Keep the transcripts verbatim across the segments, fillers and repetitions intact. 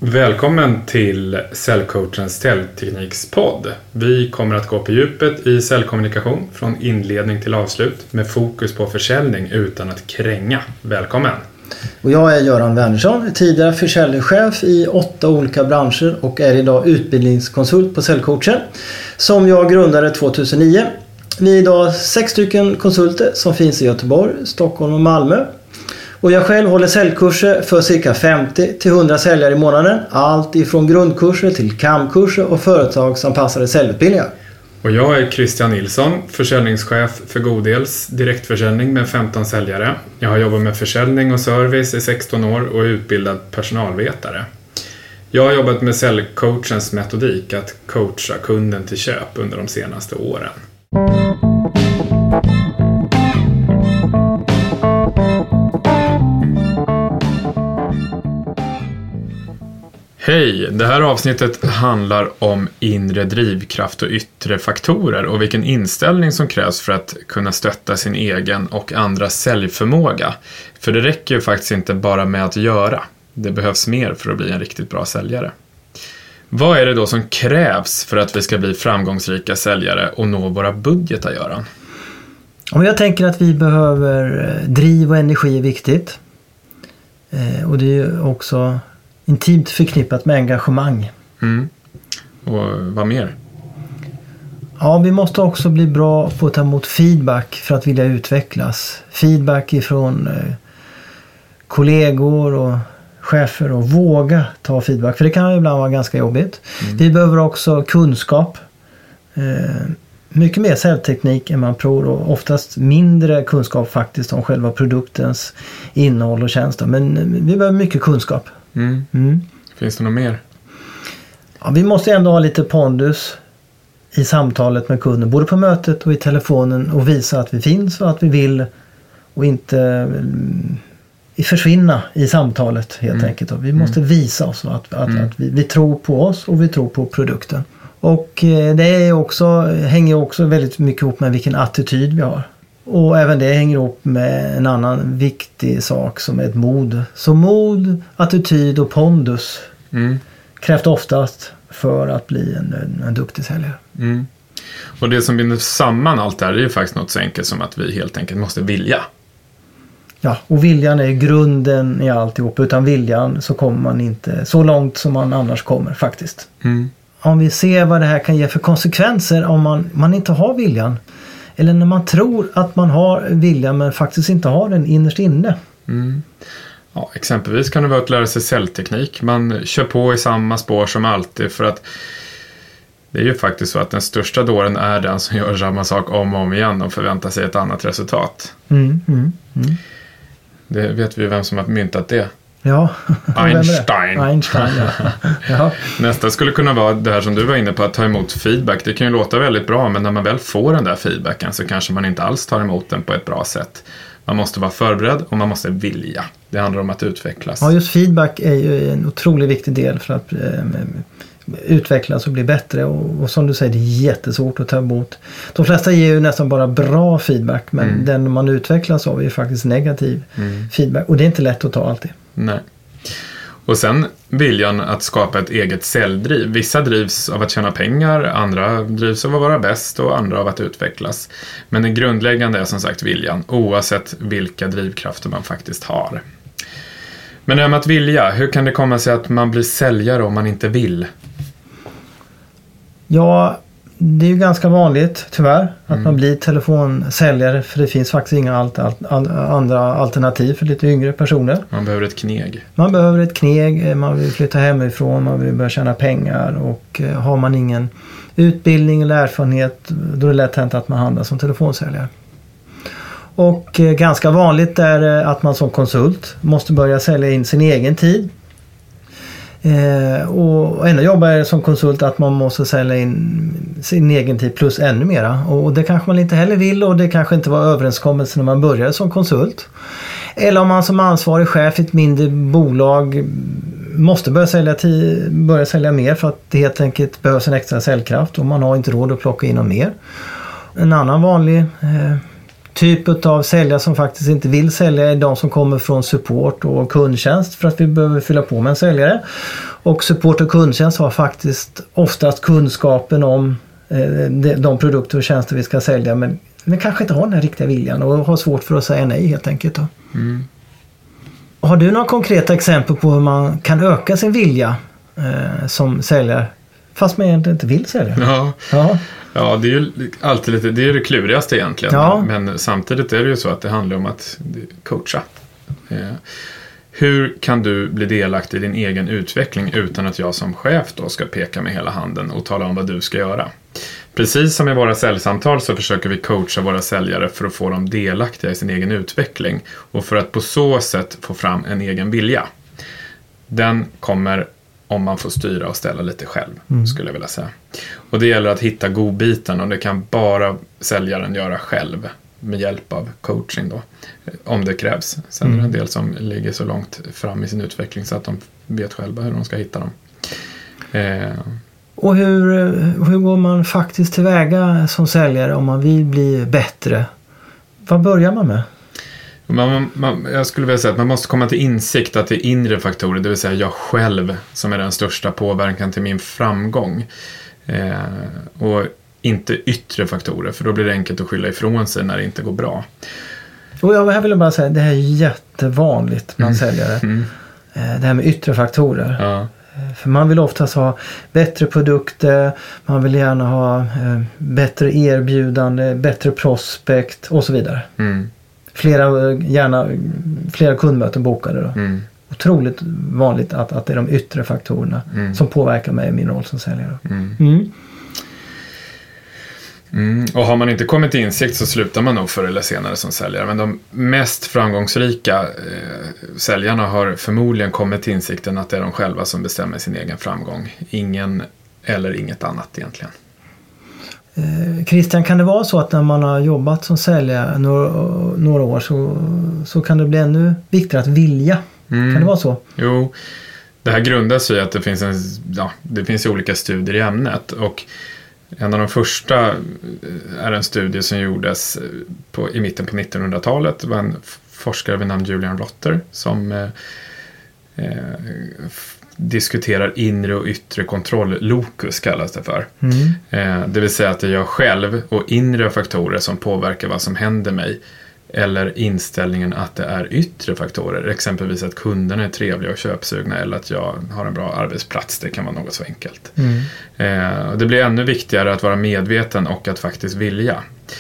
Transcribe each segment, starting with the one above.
Välkommen till Säljcoachens säljteknikspodd. Vi kommer att gå på djupet i säljkommunikation från inledning till avslut med fokus på försäljning utan att kränga. Välkommen! Och jag är Göran Wernersson, tidigare försäljningschef i åtta olika branscher och är idag utbildningskonsult på Säljcoachen som jag grundade tjugohundranio. Vi är idag sex stycken konsulter som finns i Göteborg, Stockholm och Malmö. Och jag själv håller säljkurser för cirka femtio till hundra säljare i månaden. Allt ifrån grundkurser till kamkurser och företagsanpassade säljutbildningar. Och jag är Christian Nilsson, försäljningschef för Godels direktförsäljning med femton säljare. Jag har jobbat med försäljning och service i sexton år och är utbildad personalvetare. Jag har jobbat med säljcoachens metodik att coacha kunden till köp under de senaste åren. Hej! Det här avsnittet handlar om inre drivkraft och yttre faktorer och vilken inställning som krävs för att kunna stötta sin egen och andras säljförmåga. För det räcker ju faktiskt inte bara med att göra. Det behövs mer för att bli en riktigt bra säljare. Vad är det då som krävs för att vi ska bli framgångsrika säljare och nå våra budgetar, Göran? Och jag tänker att vi behöver driv och energi är viktigt. Och det är ju också intimt förknippat med engagemang. Mm. Och vad mer? Ja, vi måste också bli bra på att ta emot feedback för att vilja utvecklas. Feedback ifrån eh, kollegor och chefer och våga ta feedback. För det kan ibland vara ganska jobbigt. Mm. Vi behöver också kunskap. Eh, mycket mer säljteknik än man tror och oftast mindre kunskap faktiskt om själva produktens innehåll och tjänster. Men vi behöver mycket kunskap. Mm. Mm. Finns det något mer? Ja, vi måste ändå ha lite pondus i samtalet med kunden, både på mötet och i telefonen, och visa att vi finns och att vi vill och inte mm, försvinna i samtalet helt mm. enkelt. Och vi måste mm. visa oss att, att, mm. att vi, vi tror på oss och vi tror på produkten. Och eh, det är också, hänger också väldigt mycket ihop med vilken attityd vi har. Och även det hänger ihop med en annan viktig sak som är ett mod. Så mod, attityd och pondus mm. krävs oftast för att bli en, en, en duktig säljare. Mm. Och det som binder samman allt det här är ju faktiskt något så enkelt som att vi helt enkelt måste vilja. Ja, och viljan är grunden i alltihop. Utan viljan så kommer man inte så långt som man annars kommer faktiskt. Mm. Om vi ser vad det här kan ge för konsekvenser om man, man inte har viljan. Eller när man tror att man har vilja men faktiskt inte har den innerst inne. Mm. Ja, exempelvis kan det vara att lära sig säljteknik. Man kör på i samma spår som alltid för att det är ju faktiskt så att den största dåren är den som gör samma sak om och om igen och förväntar sig ett annat resultat. Mm, mm, mm. Det vet vi ju vem som har myntat det. Ja, Einstein. Einstein ja. Ja. Nästa skulle kunna vara det här som du var inne på, att ta emot feedback. Det kan ju låta väldigt bra, men när man väl får den där feedbacken så kanske man inte alls tar emot den på ett bra sätt. Man måste vara förberedd och man måste vilja. Det handlar om att utvecklas. Ja, just feedback är ju en otroligt viktig del för att eh, utvecklas och bli bättre. Och, och som du säger, det är jättesvårt att ta emot. De flesta ger ju nästan bara bra feedback, men mm. den man utvecklas av är ju faktiskt negativ mm. feedback. Och det är inte lätt att ta alltid. Nej. Och sen viljan att skapa ett eget säljdriv. Vissa drivs av att tjäna pengar, andra drivs av att vara bäst och andra av att utvecklas. Men den grundläggande är som sagt viljan, oavsett vilka drivkrafter man faktiskt har. Men det här med att vilja, hur kan det komma sig att man blir säljare om man inte vill? Ja, det är ju ganska vanligt tyvärr att mm. man blir telefonsäljare, för det finns faktiskt inga alt- alt- andra alternativ för lite yngre personer. Man behöver ett kneg. Man behöver ett kneg, man vill flytta hemifrån, man vill börja tjäna pengar, och eh, har man ingen utbildning eller erfarenhet, då är det lätt hänt att man handlar som telefonsäljare. Och eh, ganska vanligt är eh, att man som konsult måste börja sälja in sin egen tid. Eh, och ännu jobbar som konsult att man måste sälja in sin egen tid plus ännu mera, och det kanske man inte heller vill, och det kanske inte var överenskommelse när man började som konsult. Eller om man som ansvarig chef i ett mindre bolag måste börja sälja, tid, börja sälja mer för att det helt enkelt behövs en extra säljkraft och man har inte råd att plocka in någon mer. En annan vanlig eh, typ av säljare som faktiskt inte vill sälja är de som kommer från support och kundtjänst för att vi behöver fylla på med en säljare. Och support och kundtjänst har faktiskt oftast kunskapen om eh, de, de produkter och tjänster vi ska sälja, men, men kanske inte har den här riktiga viljan och har svårt för att säga nej helt enkelt då. Mm. Har du några konkreta exempel på hur man kan öka sin vilja eh, som säljare fast man egentligen inte vill sälja? Ja. Ja. Ja, det är ju alltid lite, det är det klurigaste egentligen. Ja. Men samtidigt är det ju så att det handlar om att coacha. Eh, hur kan du bli delaktig i din egen utveckling utan att jag som chef då ska peka med hela handen och tala om vad du ska göra? Precis som i våra säljsamtal så försöker vi coacha våra säljare för att få dem delaktiga i sin egen utveckling och för att på så sätt få fram en egen vilja. Den kommer om man får styra och ställa lite själv, mm. skulle jag vilja säga. Och det gäller att hitta godbiten och det kan bara säljaren göra själv med hjälp av coaching då, om det krävs. Sen mm. är det en del som ligger så långt fram i sin utveckling så att de vet själva hur de ska hitta dem. Eh. Och hur, hur går man faktiskt tillväga som säljare om man vill bli bättre? Vad börjar man med? Man, man, jag skulle vilja säga att man måste komma till insikt att det är inre faktorer, det vill säga jag själv, som är den största påverkan till min framgång. Eh, och inte yttre faktorer, för då blir det enkelt att skylla ifrån sig när det inte går bra. Och jag här vill bara säga, det här är jättevanligt bland mm. säljare. Mm. Det här med yttre faktorer. Ja. För man vill oftast ha bättre produkter, man vill gärna ha eh, bättre erbjudande, bättre prospect och så vidare. Mm. Flera, gärna, flera kundmöten bokade då. Mm. Otroligt vanligt att, att det är de yttre faktorerna mm. som påverkar mig i min roll som säljare. Mm. Mm. Mm. Och har man inte kommit till insikt så slutar man nog förr eller senare som säljare. Men de mest framgångsrika eh, säljarna har förmodligen kommit till insikten att det är de själva som bestämmer sin egen framgång. Ingen eller inget annat egentligen. Eh, Christian, kan det vara så att när man har jobbat som säljare några, några år så, så kan det bli ännu viktigare att vilja? Mm. Kan det vara så? Jo, det här grundas i att det finns, en, ja, det finns olika studier i ämnet och en av de första är en studie som gjordes på, i mitten på nittonhundratalet. Det var en forskare vid namn Julian Rotter som eh, eh, f- diskuterar inre och yttre kontroll-lokus kallas det för. Mm. Eh, det vill säga att det är jag själv och inre faktorer som påverkar vad som händer mig. Eller inställningen att det är yttre faktorer. Exempelvis att kunderna är trevliga och köpsugna eller att jag har en bra arbetsplats. Det kan vara något så enkelt. Mm. Eh, det blir ännu viktigare att vara medveten och att faktiskt vilja.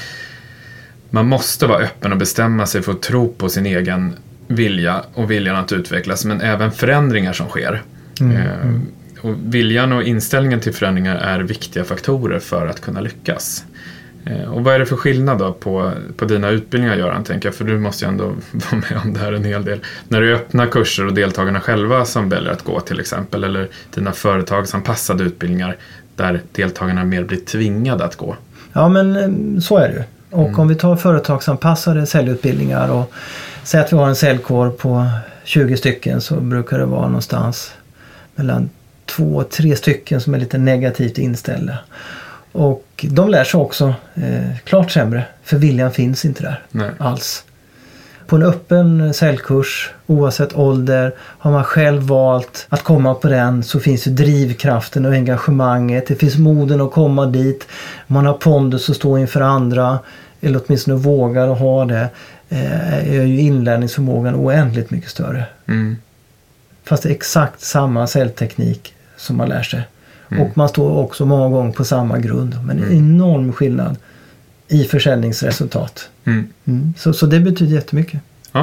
Man måste vara öppen och bestämma sig för att tro på sin egen vilja och viljan att utvecklas. Men även förändringar som sker. Mm. Eh, och viljan och inställningen till förändringar är viktiga faktorer för att kunna lyckas. Och vad är det för skillnad då på, på dina utbildningar, Göran, tänker jag? För du måste ju ändå vara med om det här en hel del. När du öppnar kurser och deltagarna själva som väljer att gå till exempel, eller dina företagsanpassade utbildningar där deltagarna mer blir tvingade att gå. Ja, men så är det ju. Och mm. om vi tar företagsanpassade säljutbildningar och säger att vi har en säljkår på tjugo stycken så brukar det vara någonstans mellan två och tre stycken som är lite negativt inställda. Och de lär sig också eh, klart sämre, för viljan finns inte där. Nej. Alls. På en öppen säljkurs, oavsett ålder, har man själv valt att komma på den, så finns ju drivkraften och engagemanget. Det finns moden att komma dit. Man har pondus att stå inför andra, eller åtminstone vågar att ha det. Eh, är ju inlärningsförmågan oändligt mycket större. Mm. Fast det är exakt samma säljteknik som man lär sig. Mm. Och man står också många gånger på samma grund. Men mm. en enorm skillnad i försäljningsresultat. Mm. Mm. Så, så det betyder jättemycket. Ja.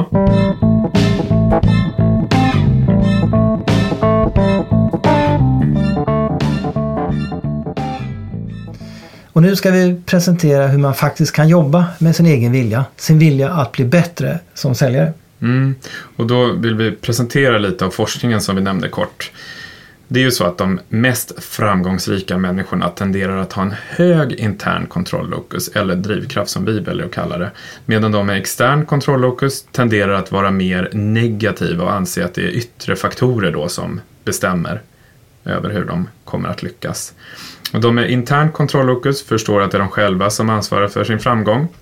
Och nu ska vi presentera hur man faktiskt kan jobba med sin egen vilja. Sin vilja att bli bättre som säljare. Mm. Och då vill vi presentera lite av forskningen som vi nämnde kort. Det är ju så att de mest framgångsrika människorna tenderar att ha en hög intern kontrollokus eller drivkraft som vi väljer att kalla det. Medan de med extern kontrollokus tenderar att vara mer negativa och anse att det är yttre faktorer då som bestämmer över hur de kommer att lyckas. Och de med intern kontrollokus förstår att det är de själva som ansvarar för sin framgång.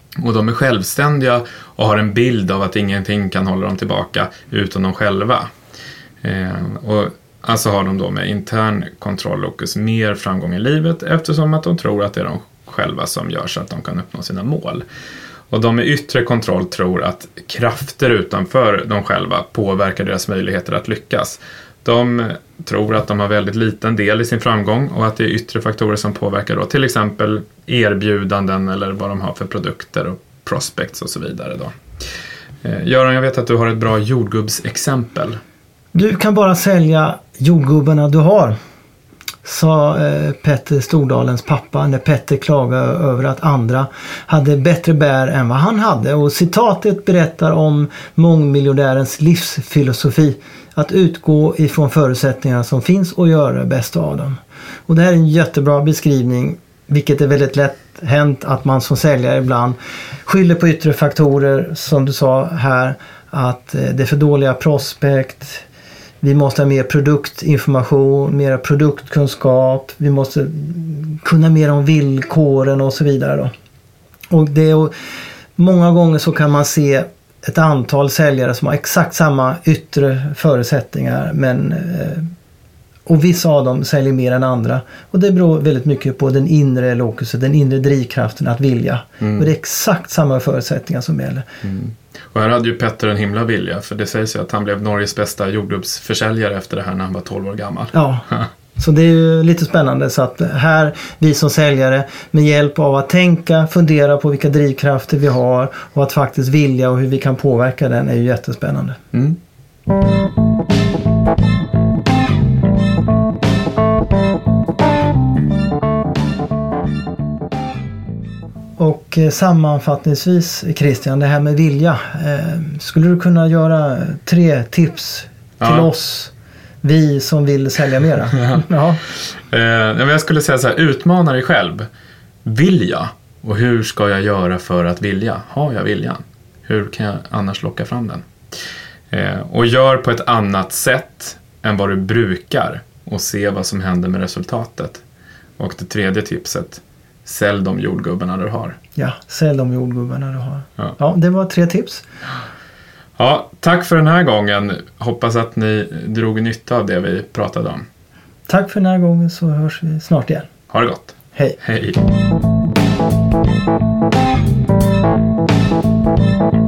Och de är självständiga och har en bild av att ingenting kan hålla dem tillbaka utan de själva. Eh, och alltså har de då med intern kontrolllokus mer framgång i livet eftersom att de tror att det är de själva som gör så att de kan uppnå sina mål. Och de med yttre kontroll tror att krafter utanför de själva påverkar deras möjligheter att lyckas. De tror att de har väldigt liten del i sin framgång och att det är yttre faktorer som påverkar då, till exempel erbjudanden eller vad de har för produkter och prospects och så vidare då. Eh, Göran, jag vet att du har ett bra jordgubbsexempel. Du kan bara sälja jordgubbarna du har, sa eh, Petter Stordalens pappa när Petter klagade över att andra hade bättre bär än vad han hade. Och citatet berättar om mångmiljardärens livsfilosofi, att utgå ifrån förutsättningar som finns och göra det bästa av dem. Och det här är en jättebra beskrivning, vilket är väldigt lätt hänt att man som säljare ibland skyller på yttre faktorer, som du sa här, att eh, det är för dåliga prospekt. Vi måste ha mer produktinformation, mer produktkunskap. Vi måste kunna mer om villkoren och så vidare då. Och det är, många gånger så kan man se ett antal säljare som har exakt samma yttre förutsättningar, men och vissa av dem säljer mer än andra. Och det beror väldigt mycket på den inre lokuset, den inre drivkraften att vilja. Mm. Och det är exakt samma förutsättningar som gäller. Mm. Och här hade ju Petter en himla vilja, för det sägs ju att han blev Norges bästa jordgubbsförsäljare efter det här när han var tolv år gammal. Ja, så det är ju lite spännande, så att här vi som säljare med hjälp av att tänka, fundera på vilka drivkrafter vi har och att faktiskt vilja och hur vi kan påverka den är ju jättespännande. Mm. Och sammanfattningsvis, Christian, det här med vilja. Eh, skulle du kunna göra tre tips till ja. oss, vi som vill sälja mera? ja. ja. Eh, jag skulle säga så här, utmana dig själv. Vilja. Och hur ska jag göra för att vilja? Har jag viljan? Hur kan jag annars locka fram den? Eh, och gör på ett annat sätt än vad du brukar och se vad som händer med resultatet. Och det tredje tipset, sälj de jordgubbarna du har. Ja, sälj de jordgubbarna du har. Ja. ja, det var tre tips. Ja, tack för den här gången. Hoppas att ni drog nytta av det vi pratade om. Tack för den här gången, så hörs vi snart igen. Ha det gott. Hej. Hej.